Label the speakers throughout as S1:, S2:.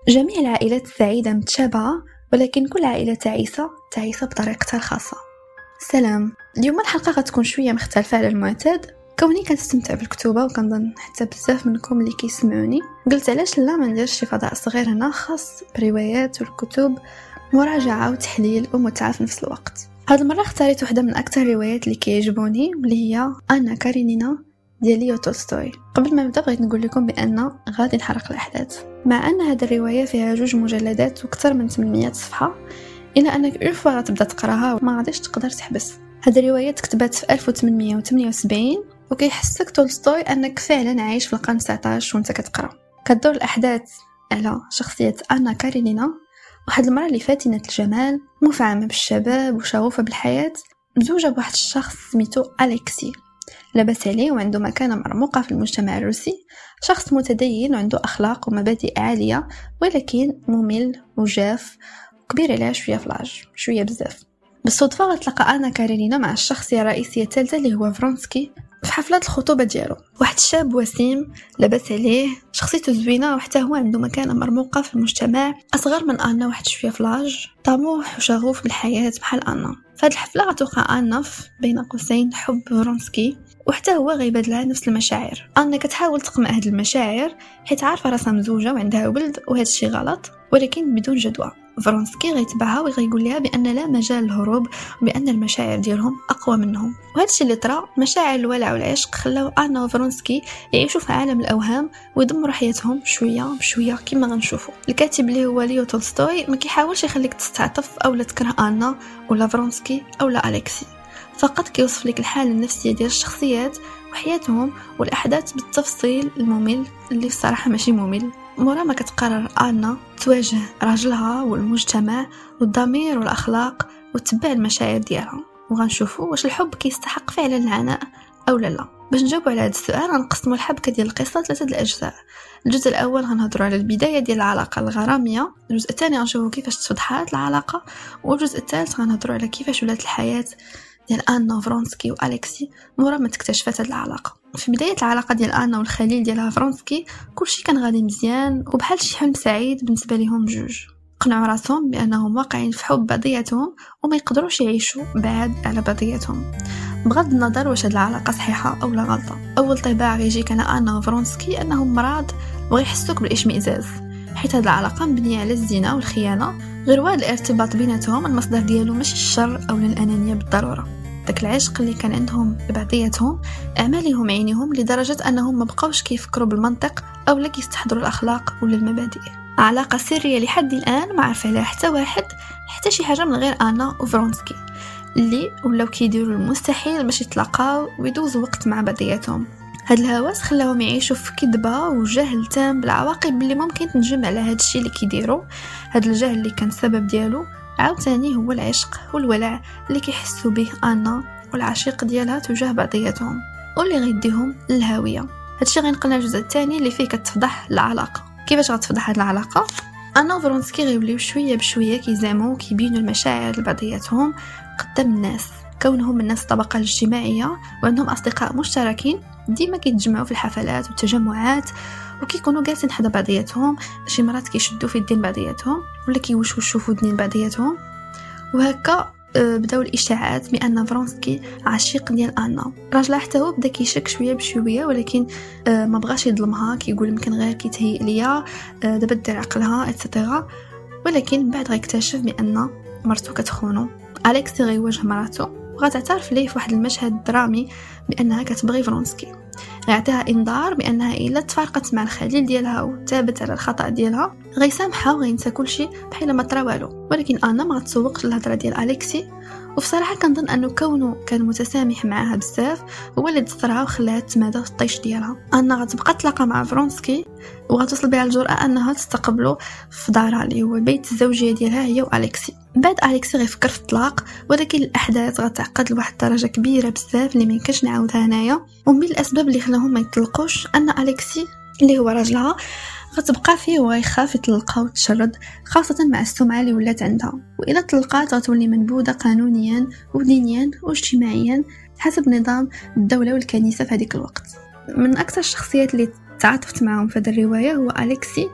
S1: جميع العائلات السعيدة متشابهة، ولكن كل عائلة تعيسة بطريقتها الخاصة. سلام، اليوم الحلقة غتكون شوية مختلفة على المعتاد. كوني كنستمتع بالكتوبة وكنظن حتى بزاف منكم اللي كيسمعوني، قلت علاش لا ما نديرش شي فضاء صغير هنا خاص بروايات والكتب، مراجعة وتحليل ومتعة في نفس الوقت. هاد المرة اختاريت واحدة من أكثر الروايات اللي كيعجبوني، واللي هي أنا كارينينا ديال ليو تولستوي. قبل ما نبدا بغيت نقول لكم بأن غادي نحرق الأحداث، مع أن هذه الرواية فيها 2 مجلدات وأكثر من 800 صفحة، إلا أنك ألفوا غتبدا تقراها ما غاديش تقدر تحبس. هذه الرواية تكتبت في 1878 وكيحسك تولستوي أنك فعلا عايش في القرن 19 وانت كتقرا. كتدور الأحداث على شخصية أنا كارينينا، واحد المرأة اللي فاتنة الجمال، مفعمة بالشباب وشغوفة بالحياة، مزوجة بواحد الشخص سميتو أليكسي، لاباس عليه وعنده مكانة مرموقة في المجتمع الروسي، شخص متدين وعنده أخلاق ومبادئ عالية، ولكن ممل وجاف وكبير عليها شوية في العمر، شوية بزاف. بالصدفة غتلقى أنا كارينينا مع الشخصية الرئيسية الثالثة اللي هو فرونسكي في حفلة الخطوبة ديالو. واحد الشاب وسيم لاباس عليه، شخصيته زوينة وحتى هو عنده مكانة مرموقة في المجتمع، أصغر من أنا واحد شوية في العمر، طموح وشغوف بالحياة بحال أنا. فهاد الحفلة غتوقع أنا بين قوسين حب فرونسكي، وحتى هو غيبادلها نفس المشاعر. أنا كتحاول تقمع هاد المشاعر حيت عارفة راسها مزوجة وعندها ولد، وهذا الشيء غلط ولكن بدون جدوى. فرونسكي غيتبعها وغيقول لها بأن لا مجال للهروب، وبأن المشاعر ديالهم أقوى منهم. وهذا الشيء اللي طرا، مشاعر الولع والعشق، خلاو أنا وفرونسكي يعيشوا في عالم الأوهام ويدمروا حياتهم شوية بشوية كما غنشوفوا. الكاتب اللي هو ليو تولستوي ما كيحاولش يخليك تستعطف أو لا تكره أنا ولا فرونسكي أو لا أليكسي، فقط كيوصف لك الحالة النفسية ديال الشخصيات وحياتهم والأحداث بالتفصيل الممل، اللي بصراحة ماشي ممل. مورا ما كتقرر أنا تواجه راجلها والمجتمع والضمير والأخلاق وتتبع المشاعر ديالها، وغنشوفوا واش الحب كيستحق فعلا العناء أو لا. باش نجاوبوا على هذا السؤال غنقسموا الحبكة ديال القصة 3 الأجزاء. الجزء الأول غنهضروا على البداية ديال العلاقة الغرامية، الجزء الثاني غنشوفوا كيفاش تفضحات العلاقة، والجزء الثالث غنهضروا على كيفاش ولات الحياة ديال أنا وفرونسكي وأليكسي مورا ما تكتشفت هذه العلاقة. في بداية العلاقة ديال أنا والخليل ديالها فرونسكي كلشي كان غادي مزيان وبحال شي حلم سعيد بالنسبة لهم بجوج، قنعوا راسهم بأنهم واقعين في حب بعضياتهم وما يقدروش يعيشوا بعاد على بعضياتهم، بغض النظر واش هاد العلاقة صحيحة أو لا غلطة. أول طباع غيجيك أنا وفرونسكي أنهم مرض وغيحسوك بالإشمئزاز، حيت هاد العلاقة مبنية على الزنا والخيانة. غير واحد الارتباط بيناتهم المصدر ديالو ماشي الشر أو الأنانية بالضرورة، داك العشق اللي كان عندهم لبعضياتهم أعمالهم عينيهم لدرجة أنهم ما بقاوش كيفكروا بالمنطق أو لا كيستحضروا الأخلاق ولا المبادئ. علاقة سرية لحد الآن ما عرف عليها حتى واحد، حتى شي حاجة من غير أنا وفرونسكي، اللي ولاو كيديروا المستحيل باش يتلاقاو ويدوزوا وقت مع بعضياتهم. هاد الهواس خلاهم يعيشوا في كذبة وجهل تام بالعواقب اللي ممكن تنجم على هاد الشيء اللي كيديروا. هاد الجهل اللي كان سبب ديالو عاوتاني هو العشق والولع اللي كيحسوا به أنا والعشيق ديالها تجاه بعضياتهم، واللي غيديهم للهاوية. هادشي غينقلنا الجزء الثاني اللي فيه كتفضح العلاقة. كيفاش غتفضح هاد العلاقة؟ أنا وفرونسكي غيوليو شوية بشوية كيزعموا كيبينوا المشاعر لبعضياتهم قدام الناس، كونهم الناس الطبقة الاجتماعية وعندهم أصدقاء مشتركين ديما كيتجمعوا في الحفلات والتجمعات وكيكونوا جالسين حدا بعضياتهم. شي مرات كيشدوا في الدين بعضياتهم ولا كيوشوشوا في ودنين بعضياتهم، وهكا بداو الاشاعات بان فرونسكي عشيق ديال انا. راجلها حتى هو بدا كيشك شويه بشويه، ولكن ما بغاش يظلمها، كيقول يمكن غير كيتهيئ ليا دابا دير عقلها اتسيتيرا. ولكن بعد غيكتشف بان مرتو كتخونو. أليكسي غيواجه مراته وغتعترف ليه في واحد المشهد درامي بانها كتبغي فرونسكي، غيعطيها انذار بانها الا تفارقت مع الخليل ديالها وتابت على الخطا ديالها غيسامحها وغينسى كلشي بحال ما طرا والو. ولكن انا ما غتسوقش الهضره ديال أليكسي، وبصراحه كنظن انه كونه كان متسامح معها بزاف هو اللي دثرها وخلاها تمادى في الطيش ديالها. انا غتبقى تلاقى مع فرونسكي وغتوصل بها الجرأة انها تستقبله في دارها اللي هو البيت الزوجيه ديالها هي وأليكسي. بعد أليكسي غيفكر في الطلاق، ولكن الأحداث غتعقد لواحد درجة كبيرة بزاف اللي ميمكنش نعاودها هنايا. ومن الأسباب اللي خلاهم ما يطلقوش أن أليكسي اللي هو راجلها غتبقى فيه وغيخاف يطلقها وتشرد، خاصة مع السمعة اللي ولات عندها، وإلا طلقات غتولي منبوذة قانونيا ودينيا واجتماعيا حسب نظام الدولة والكنيسة في هذيك الوقت. من أكثر الشخصيات اللي تعاطفت معهم في هذه الرواية هو أليكسي،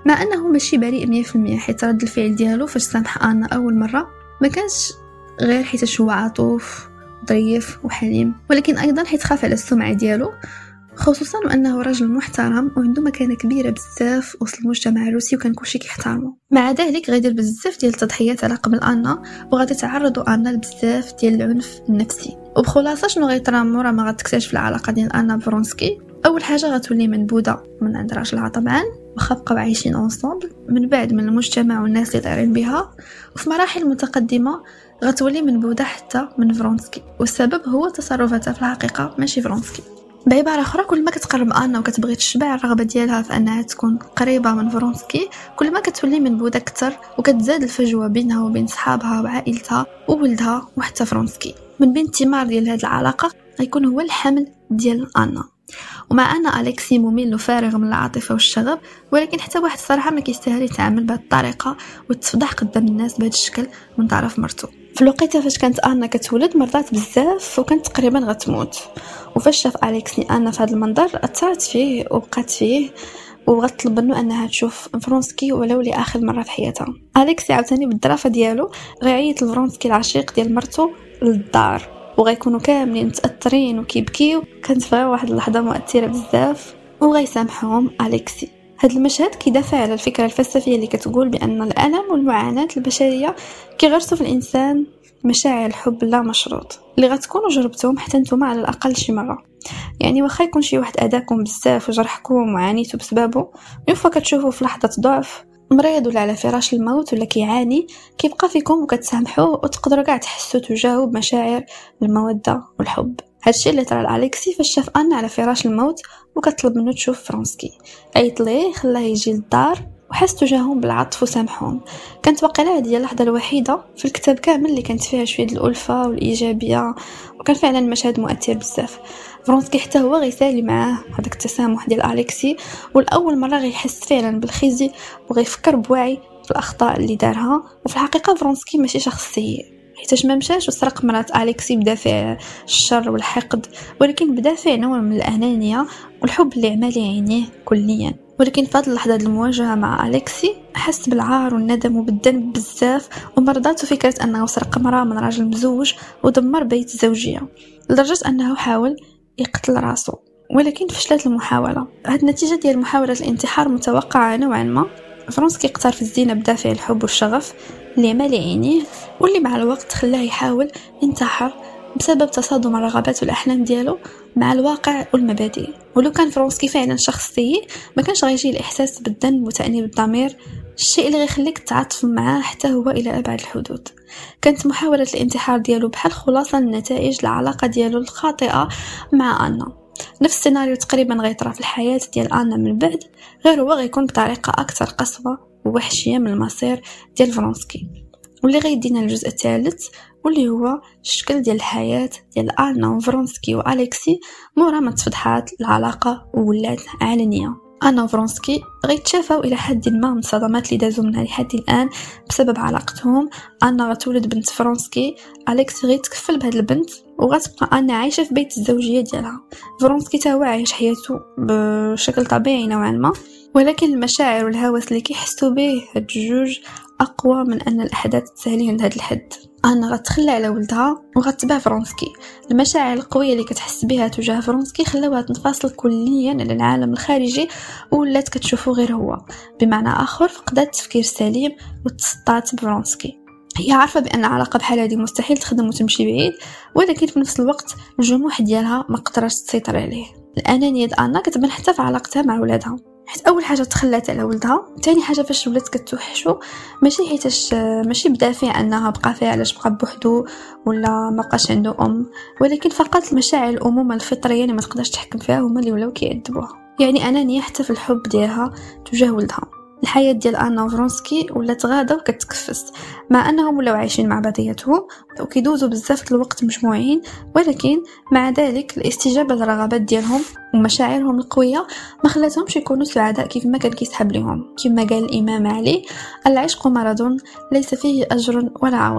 S1: مع أنه ماشي بريء 100%، حيث رد الفعل ديالو فاش سامح أنا أول مرة ما كانش غير حيت هو عطوف ظريف وحليم، ولكن أيضا حيت خاف على السمعة ديالو، خصوصا وأنه رجل محترم وعنده مكانة كبيرة بزاف وسط المجتمع الروسي وكان كلشي كيحترمه. مع ذلك غيدير بزاف ديال التضحيات على قبل أنا، وغادي تعرضوا أنا لبزاف ديال العنف النفسي. وبخلاصة شنو غيطرا مورا ما غتكتشف العلاقة ديال أنا بفرونسكي؟ أول حاجة غتولي منبوذة من عند راجلها طبعا، واخا بقاو عايشين اونصومبل، من بعد من المجتمع والناس اللي دايرين بها، وفي مراحل متقدمة غتولي منبوذة حتى من فرونسكي، والسبب هو تصرفاتها في الحقيقة ماشي فرونسكي. بعبارة أخرى، كل ما كتقرب أنا وكتبغي تشبع الرغبة ديالها في أنها تكون قريبة من فرونسكي، كل ما كتولي منبوذة أكثر وكتزاد الفجوة بينها وبين صحابها وعائلتها وولدها وحتى فرونسكي. من بين الثمار ديال هذه العلاقة غيكون هو الحمل ديال أنا. ومع أن أليكسي ممل وفارغ من العاطفة والشغف، ولكن حتى واحد الصراحة ما كيستاهل يتعامل بهذه الطريقة وتفضح قدام الناس بهذا الشكل من طرف مرته. في الوقت فاش كانت أنا كتولد مرضات بزاف وكانت تقريبا غتموت، وفاش شاف أليكسي أنا في هذا المنظر أثرت فيه وبقات فيه وغتطلب منه أنها تشوف فرونسكي ولو لآخر مرة في حياتها. أليكسي عاوتاني بالدرافة ديالو غيعيط لفرونسكي العشيق ديال مرته للدار، وغيكونوا كاملين متأثرين وكيبكيو. كانت فيها واحد اللحظة مؤثرة بزاف وغيسامحهم أليكسي. هذا المشهد كيدافع على الفكرة الفلسفية اللي كتقول بأن الألم والمعاناة البشرية كيغرسوا في الإنسان مشاعر الحب لا مشروط، اللي غتكونوا جربتهم حتى نتوما على الأقل شي مرة. يعني واخا يكون شي واحد أذاكم بزاف وجرحكم وعانيتوا بسببه، يوفا كتشوفوا في لحظة ضعف مريض ولا على فراش الموت ولا كيعاني، كيبقى فيكم وكتسامحوه وتقدروا كاع تحسوا تجاهه بمشاعر المودة والحب. هادشي اللي طرا لأليكسي فاش شاف أنا على فراش الموت وكتطلب منه تشوف فرونسكي، عيط ليه خلاه يجي للدار وحس تجاههم بالعطف وسامحهم. كانت واقيلا هذه اللحظة الوحيدة في الكتاب كامل اللي كانت فيها شوية الألفة والإيجابية، وكان فعلا المشهد مؤثر بزاف. فرونسكي حتى هو غيسالي معاه هذاك التسامح ديال أليكسي، والأول مرة غيحس فعلا بالخزي وغيفكر بوعي في الأخطاء اللي دارها. وفي الحقيقة فرونسكي ماشي شخص سيء، حيتاش ما مشاش وسرق مرات أليكسي بدافع الشر والحقد، ولكن بدافع نوع من الأنانية والحب اللي عمال يعينيه كليا. ولكن في هذه اللحظة المواجهة مع أليكسي حس بالعار والندم وبالذنب بزاف، ومرضاته فكرة أنه سرق مرأة من راجل مزوج ودمر بيت الزوجية، لدرجة أنه حاول يقتل راسه، ولكن فشلت المحاولة. هذه النتيجة ديال محاولة الانتحار متوقعة نوعا ما. فرونسكي اقترف في الزينة بدافع الحب والشغف اللي عمال يعينيه، واللي مع الوقت خلاه يحاول ينتحر بسبب تصادم الرغبات والأحلام ديالو مع الواقع والمبادئ. ولو كان فرونسكي فعلا شخص سيء ما كانش غيجي الإحساس بالذنب وتأنيب الضمير، الشيء اللي غيخليك تعاطف معاه حتى هو إلى أبعد الحدود. كانت محاولة الانتحار ديالو بحال خلاصة النتائج العلاقة ديالو الخاطئة مع أنا. نفس السيناريو تقريبا غيطرا في الحياة ديال أنا من بعد، غير هو غيكون بطريقة أكثر قسوة ووحشية من المصير ديال فرونسكي، واللي غيدينا الجزء الثالث واللي هو الشكل ديال الحياة ديال أنا وفرونسكي وأليكسي مورا ما تفضحات العلاقة وولات علنية. أنا وفرونسكي غيتشافوا إلى حد ما من الصدمات اللي دازوا منها لحد الآن بسبب علاقتهم. أنا غتولد بنت فرونسكي، أليكسي غيتكفل بهاد البنت، وغتبقى أنا عايشة في بيت الزوجية ديالها. فرونسكي تا هو عايش حياته بشكل طبيعي نوعا ما، ولكن المشاعر والهوس اللي كيحسوا به هاد الجوج أقوى من أن الأحداث تسالين لهذا الحد. أنا غتخلى على ولدها وغتبع فرونسكي. المشاعر القوية اللي كتحس بها تجاه فرونسكي خلاوها تنفصل كليا على العالم الخارجي ولات كتشوفه غير هو، بمعنى آخر فقدت التفكير السليم وتسطات بفرونسكي. هي عارفة بأن علاقة بحال هذه مستحيل تخدم وتمشي بعيد، ولكن في نفس الوقت الجموح ديالها ما قدرتش تسيطر عليه. الأنانية ديال أنا كتبان حتى في علاقتها مع ولادها، حيت اول حاجه تخلات على ولدها، ثاني حاجه فاش ولات كتوحشو ماشي حيتاش ماشي بدافع انها بقى فيها علاش بقى بوحدو ولا ما بقاش عنده ولكن فقط المشاعر الامومه الفطريه اللي ما تقدرش تحكم فيها هما اللي ولاو كيعذبوها. يعني انانيه حتى في الحب ديالها تجاه ولدها. الحياه ديال أنا وفرونسكي ولات غاده وكتكفس، مع انهم ولاو عايشين مع بعضياتهم وكيدوزوا بزاف الوقت مجموعين، ولكن مع ذلك الاستجابه للرغبات ديالهم ومشاعرهم القويه ما خلاتهمش يكونوا سعداء كيف ما كان كيسحب لهم. كما قال الامام علي: العشق مرض ليس فيه اجر ولا عوض.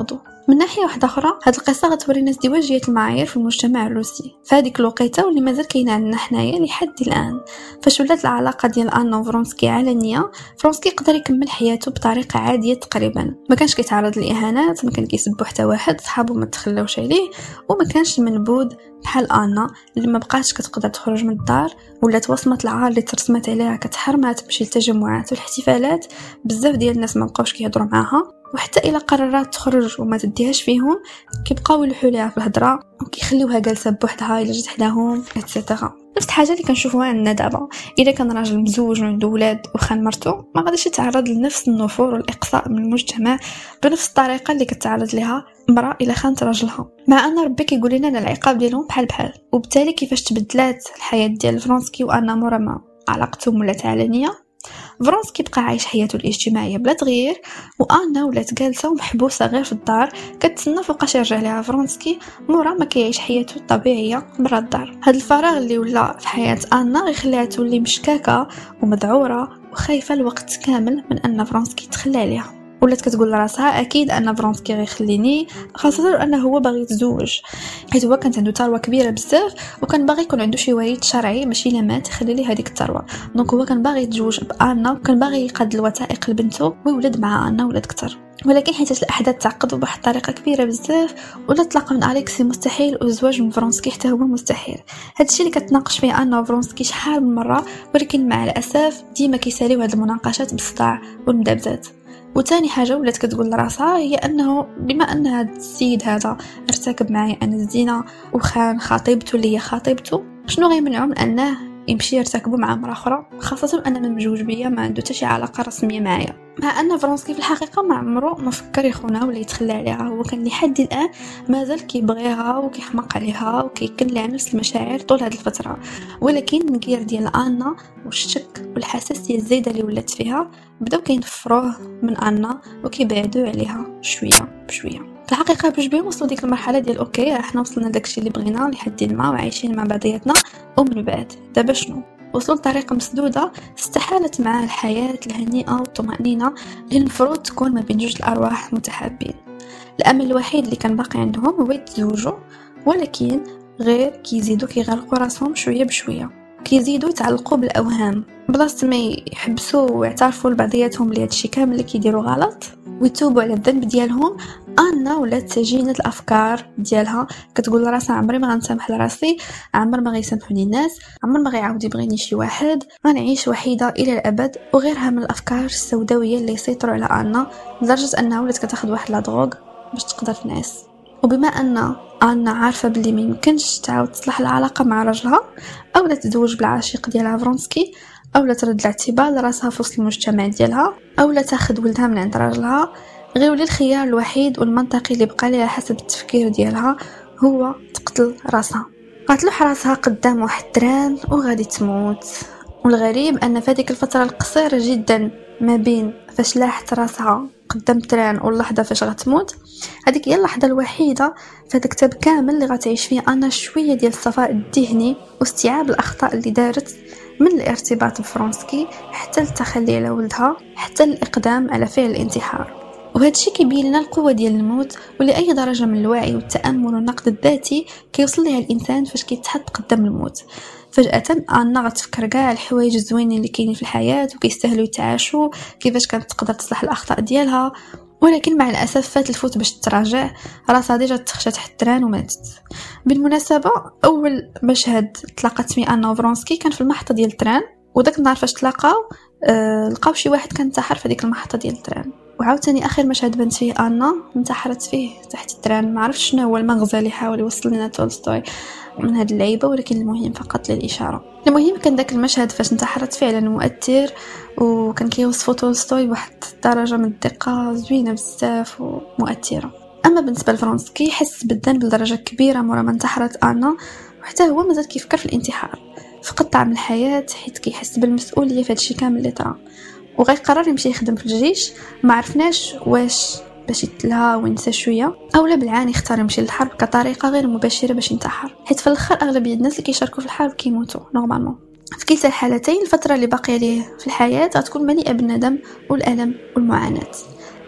S1: من ناحيه واحده اخرى هاد القصه غتورينا ازدواجيه المعايير في المجتمع الروسي في هذيك الوقيته واللي مازال كاينه عندنا حنايا لحد الان. فاش ولات العلاقه ديال انا وفرونسكي علنيه، فرونسكي قدر يكمل حياته بطريقه عاديه تقريبا، ما كانش كيتعرض لاهانات، ما كان كيسبوا حتى واحد، صحابو ما تخلاوش عليه، وما كانش منبوذ بحال انا اللي ما بقاتش كتقدر تخرج من الدار، ولات وصمه العار اللي ترسمت عليها كتحرمها تمشي للتجمعات والاحتفالات. بزاف ديال الناس ما بقاوش كيهضروا معاها، وحتى الا قررت تخرج وما تديهاش فيهم كيبقاو يلوحوا ليها في الهضره وكيخليوها جالسه بوحدها الا جات حداهم اكسيتيرا. نفس الحاجه اللي كنشوفوها عندنا دابا، اذا كان راجل مزوج وعنده ولاد وخان مرته ما غاديش يتعرض لنفس النفور والاقصاء من المجتمع بنفس الطريقه اللي كتعرض لها امراه الا خانت راجلها، مع ان ربي كيقول لنا العقاب ديالهم بحال بحال. وبالتالي كيفاش تبدلات الحياه ديال فرونسكي وانا مورا ما علاقتهم ولات علنيه، فرونسكي بقى عايش حياته الاجتماعيه بلا تغيير، وانا ولات جالسه ومحبوسه غير في الدار كتسنى فوقاش يرجع لها فرونسكي مورا ما كيعيش حياته الطبيعيه برا الدار. هذا الفراغ اللي ولا في حياه انا غيخليها تولي مشكاكه ومذعوره وخايفه الوقت كامل من ان فرونسكي تخلى عليها، ولات كتقول لراسها اكيد ان فرونسكي غيخليني، خاصه انه هو باغي يتزوج، حيت هو كانت عنده ثروه كبيره بزاف وكان باغي يكون عنده شي وريث شرعي ماشي الا مات يخلي ليه هذيك الثروه. دونك هو كان باغي يتزوج بانا وكان باغي يقاد الوثائق لبنته ويولد مع انا ولاد كثر. ولكن حيت الاحداث تعقدوا بواحد الطريقه كبيره بزاف ولا طلاق من اليكسي مستحيل والزواج من فرونسكي حتى هو مستحيل. هادشي اللي كتناقش فيه انا وفرونسكي شحال من مره، ولكن مع الاسف ديما كيساليو هاد المناقشات بالصداع والمذابذات. وثاني حاجه ولات كتقول لراسها هي انه بما ان هذا السيد هذا ارتكب معايا انا الزنا وخان خطيبته اللي هي خطيبته، شنو غيمنعو من انه يمشي يرتكبوا مع مرة اخرى، خاصه ان انا مجوج بيا ما عنده حتى شي علاقه رسميه معايا. مع ان فرونسكي في الحقيقه ما عمره ما فكر يخونها ولا يتخلى عليها، هو كان لحد الان مازال كيبغيها وكيحماق عليها وكيكن لها نفس المشاعر طول هذه الفتره، ولكن من غير ديال انا والشك والحساسيه الزايده اللي ولات فيها بداو كينفروه من انا وكيبعدوا عليها شويه بشويه. في الحقيقه بجوج وصلوا ديك المرحله ديال اوكي احنا وصلنا داكشي اللي بغينا لحد ما وعايشين مع بعضياتنا، ومن بعد دابا شنو؟ وصلوا لطريقه مسدوده استحالت معها الحياه الهنيئه والطمانينه اللي المفروض تكون ما بين جوج الارواح المتحابين. الامل الوحيد اللي كان باقي عندهم هو يتزوجوا، ولكن غير كيزيدوا كيغرقوا راسهم شويه بشويه، كيزيدوا يتعلقوا بالاوهام بلاصه ما يحبسوا ويعترفوا لبعضياتهم بلي هادشي كامل اللي كيديروا غلط ويتوبوا على الذنب ديالهم. انا ولات سجينه الافكار ديالها كتقول لراسها عمري ما غنسامح لراسي، عمر ما غيسامحوني الناس، عمر ما غيعاود يبغيني شي واحد، غنعيش وحيده الى الابد، وغيرها من الافكار السوداويه اللي يسيطروا على انا لدرجه انها ولات كتاخذ واحد لا دروغ باش تقدر تنعس. وبما ان انا عارفه بلي ما يمكنش تعاود تصلح العلاقه مع راجلها او لا تتزوج بالعاشق ديالها فرونسكي او لا ترد الاعتبار لراسها في وسط المجتمع ديالها او لا تاخذ ولدها من عند راجلها، غير ولي الخيار الوحيد والمنطقي اللي بقى لها حسب التفكير ديالها هو تقتل راسها. قتلوا راسها قدام واحد التران وغادي تموت. والغريب ان في هذيك الفتره القصيره جدا ما بين فاش لاحت راسها قدام التران واللحظه فاش غتموت، هذيك هي اللحظه الوحيده في هذا الكتاب كامل اللي غتعيش فيه انا شويه ديال الصفاء الذهني واستيعاب الاخطاء اللي دارت، من الارتباط بفرونسكي حتى التخلي على ولدها حتى الاقدام على فعل الانتحار. وهذا الشيء كيبين لنا القوه ديال الموت ولاي درجه من الوعي والتامل والنقد الذاتي كيوصل لها الانسان فاش كيتحط قدام الموت. فجاه انا غتفكر كاع الحوايج الزوينين اللي كاينين في الحياه وكيستاهلوا يتعاشوا، كيفاش كانت تقدر تصلح الاخطاء ديالها، ولكن مع الاسف فات الفوت باش تراجع، راسها ديجا تخشى تحت التران وماتت. بالمناسبه اول مشهد تلاقات فيه انا وفرونسكي كان في المحطه ديال التران، وداك النهار فاش تلاقاو لقاو شي واحد كان انتحر في ديك المحطه ديال التران. وعاوتاني اخر مشهد بنت فيه انا انتحرت فيه تحت التران. ما عرفتش شنو هو المغزى اللي حاول يوصل لنا تولستوي من هذه اللعيبه، ولكن المهم فقط للاشاره. المهم كان داك المشهد فاش انتحرت فعلا مؤثر، وكان كيوصفوا تولستوي بواحد درجه من الدقه زوينه بزاف ومؤثره. اما بالنسبه لفرونسكي حس بالذنب لدرجه كبيره مورا ما انتحرت انا، وحتى هو مازال كيفكر في الانتحار، فقد طعم الحياه حيت كيحس بالمسؤوليه في هادشي كامل اللي طرا، وغيقرر يمشي يخدم في الجيش. ما عرفناش واش باش يتلها وينسى شويه اولا بالعاني اختار يمشي للحرب كطريقه غير مباشره باش ينتحر، حيت في الاخر اغلبيه الناس اللي كيشاركوا في الحرب كيموتوا نورمالمون. في كلتا الحالتين الفتره اللي باقيه ليه في الحياه غتكون مليئه بالندم والالم والمعاناه.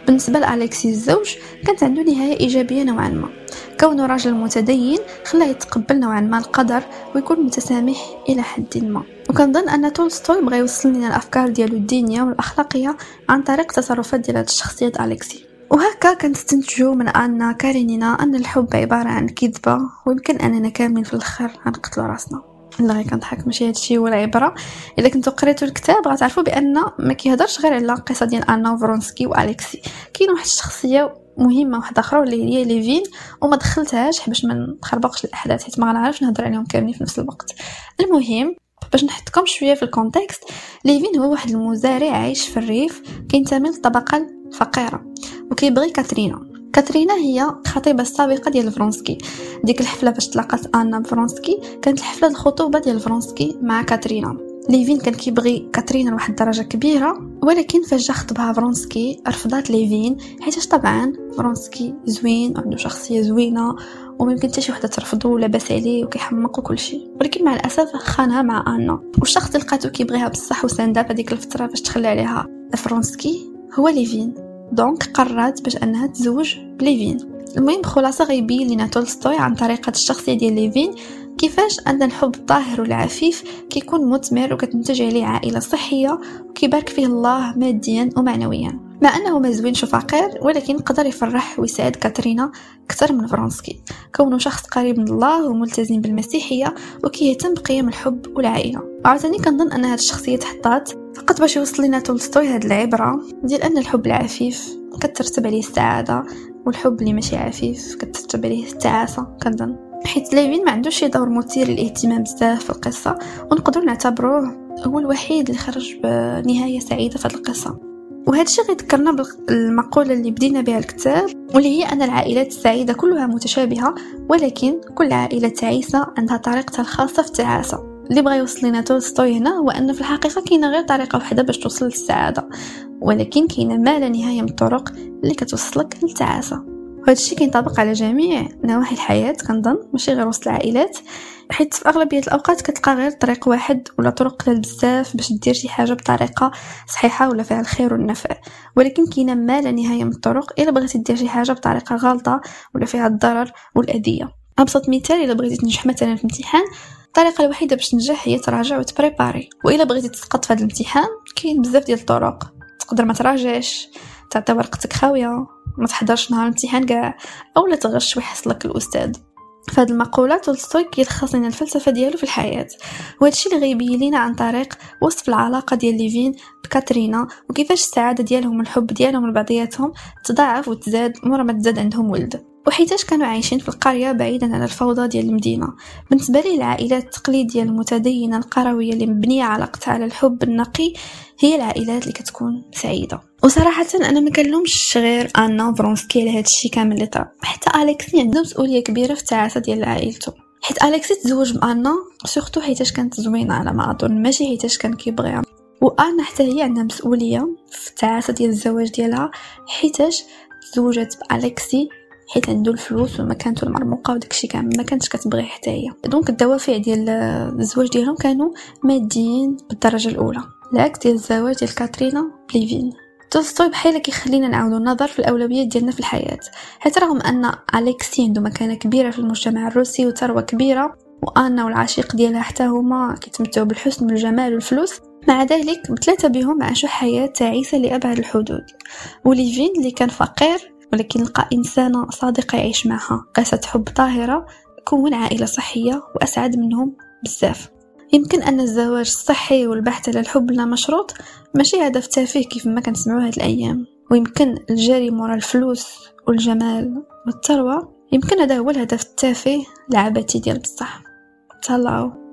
S1: بالنسبة لأليكسي الزوج كانت عنده نهاية إيجابية نوعا ما، كونه راجل متدين خلاه يتقبل نوعا ما القدر ويكون متسامح إلى حد ما. وكنظن أن تولستوي بغى يوصل لنا الأفكار ديالو الدينية والأخلاقية عن طريق تصرفات ديال هاد الشخصية أليكسي. وهكا كنستنتجوا من أن كارينينا أن الحب عبارة عن كذبة، ويمكن أننا كاملين في الآخر غنقتلوا راسنا. لا غير كنضحك، ماشي هادشي هو العبره. الا كنتو قريتوا الكتاب غتعرفوا بان ما كيهضرش غير على القصه ديال انا فرونسكي واليكسي، كاين واحد الشخصيه مهمه واحده اخرى اللي هي ليفين، وما دخلتهاش باش ما نخربقش الاحداث حيت ما غنعرفش نهضر عليهم كاملين في نفس الوقت. المهم باش نحطكم شويه في الكونتكست، ليفين هو واحد المزارع عايش في الريف كينتمي للطبقه الفقيره وكيبغي كاترينا هي خطيبة السابقة ديال فرونسكي. ديك الحفلة باش تلاقات أنا بفرونسكي كانت الحفلة الخطوبة ديال فرونسكي مع كاترينا. ليفين كان كيبغي كاترينا لواحد الدرجة كبيرة، ولكن فاش خطبها فرونسكي رفضات ليفين، حيت طبعا فرونسكي زوين وعنده شخصية زوينة وممكن حتى شي وحده ترفضو ولاباس عليه وكيحمق وكل شيء، ولكن مع الاسف خانها مع انا. والشخص اللي لقاتو كيبغيها بصح وساندها في هذيك الفترة باش تخلي عليها فرونسكي هو ليفين. دونك قررت باش انها تزوج بليفين. المهم خلاصه غيبين لنا تولستوي عن طريقه الشخصيه ديال ليفين كيفاش ان الحب الطاهر والعفيف كيكون مثمر وكتنتج عليه عائله صحيه وكيبارك فيه الله ماديا ومعنويا، مع انه ما زوينش وفقير ولكن قدر يفرح ويساعد كاترينا اكثر من فرونسكي، كونه شخص قريب من الله وملتزم بالمسيحيه وكيهتم بقيم الحب والعائله. وعاوتاني كنظن ان هذه الشخصيه تحطات فقط باش يوصل لنا تولستوي هاد العبره ديال ان الحب العفيف كترتب عليه السعاده، والحب اللي ماشي عفيف كترتب عليه التعاسه. كنظن حيت ليفين ما عندوش شي دور مثير للاهتمام بزاف في القصه، ونقدر نعتبروه هو الوحيد اللي خرج بنهايه سعيده في هذه القصه. وهذا الشيء غيذكرنا بالمقوله اللي بدينا بها الكتاب، واللي هي ان العائلات السعيده كلها متشابهه، ولكن كل عائله تعيسه عندها طريقتها الخاصه في التعاسه. اللي بغى يوصل لنا تولستوي هنا هو ان في الحقيقه كاينه غير طريقه واحده باش توصل للسعاده، ولكن كاينه ما لا نهايه من الطرق اللي كتوصلك للتعاسه. وهذا الشيء كينطبق على جميع نواحي الحياه كنظن، ماشي غير وسط العائلات، حيت في اغلبيه الاوقات كتلقى غير طريق واحد ولا طرق قلال بزاف باش دير شي حاجه بطريقه صحيحه ولا فيها الخير والنفع، ولكن كاينه ما لا نهايه من الطرق الا بغيتي دير شي حاجه بطريقه غلطه ولا فيها الضرر والاذيه. ابسط مثال، الا بغيتي تنجح مثلا في امتحان، الطريقه الوحيده باش تنجح هي تراجع وتبريباري. والا بغيتي تسقط في هذا الامتحان كاين بزاف ديال الطرق، تقدر ما تراجعش، تعطي ورقتك خاويه، ما تحضرش نهار الامتحان كاع، اولا تغش ويحصلك الاستاذ. فهاد المقوله تولستوي كيلخص لنا الفلسفه ديالو في الحياه، وهذا الشيء اللي غيبين لنا عن طريق وصف العلاقه ديال ليفين بكاترينا وكيفاش السعاده ديالهم والحب ديالهم لبعضياتهم تضاعف وتزاد مورا ما تزاد عندهم ولد، وحيتاش كانوا عايشين في القريه بعيدا عن الفوضى ديال المدينه. بالنسبه لي العائلات التقليديه المتدينه القرويه اللي مبنيه علاقتها على الحب النقي هي العائلات اللي كتكون سعيده. وصراحه انا ما كنلومش غير انا فرونسكي على هذا الشيء كامل اللي طرا، حتى اليكسي عنده مسؤوليه كبيره في التعاسه ديال عائلته، حيت اليكسي تزوج بانا سورتو حيتاش كانت زوينه على ما اظن، ماشي حيتاش كان كيبغيها، وانا حتى هي عندها مسؤوليه في التعاسه ديال الزواج ديالها حيتاش تزوجت باليكسي حيت عنده الفلوس ومكانته المرموقه وداكشي كامل، ما كانتش كتبغيه حتى هي. دونك الدوافع ديال الزواج ديالهم كانوا ماديين بالدرجه الاولى، العكس ديال الزواج ديال كاترينا بليفين. تولستوي بحال كيخلينا نعاودوا النظر في الاولويات ديالنا في الحياه، حيت رغم ان اليكسي عنده مكانه كبيره في المجتمع الروسي وثروه كبيره، وانا والعشيق ديالها حتى هما كيتمتعوا بالحسن والجمال والفلوس، مع ذلك بثلاثه بهم عاشوا حياه تعيسه لابعد الحدود. وليفين اللي كان فقير ولكن لقى إنسانة صادقة يعيش معها، قصة حب طاهرة، كون عائلة صحية وأسعد منهم بزاف. يمكن أن الزواج الصحي والبحث على الحب لا مشروط ماشي هدف تافه كيف ما كنسمعوه هاد الأيام، ويمكن الجري مورا الفلوس والجمال والثروة يمكن هذا هو الهدف التافه لعبتي ديال بصح. تهلاو.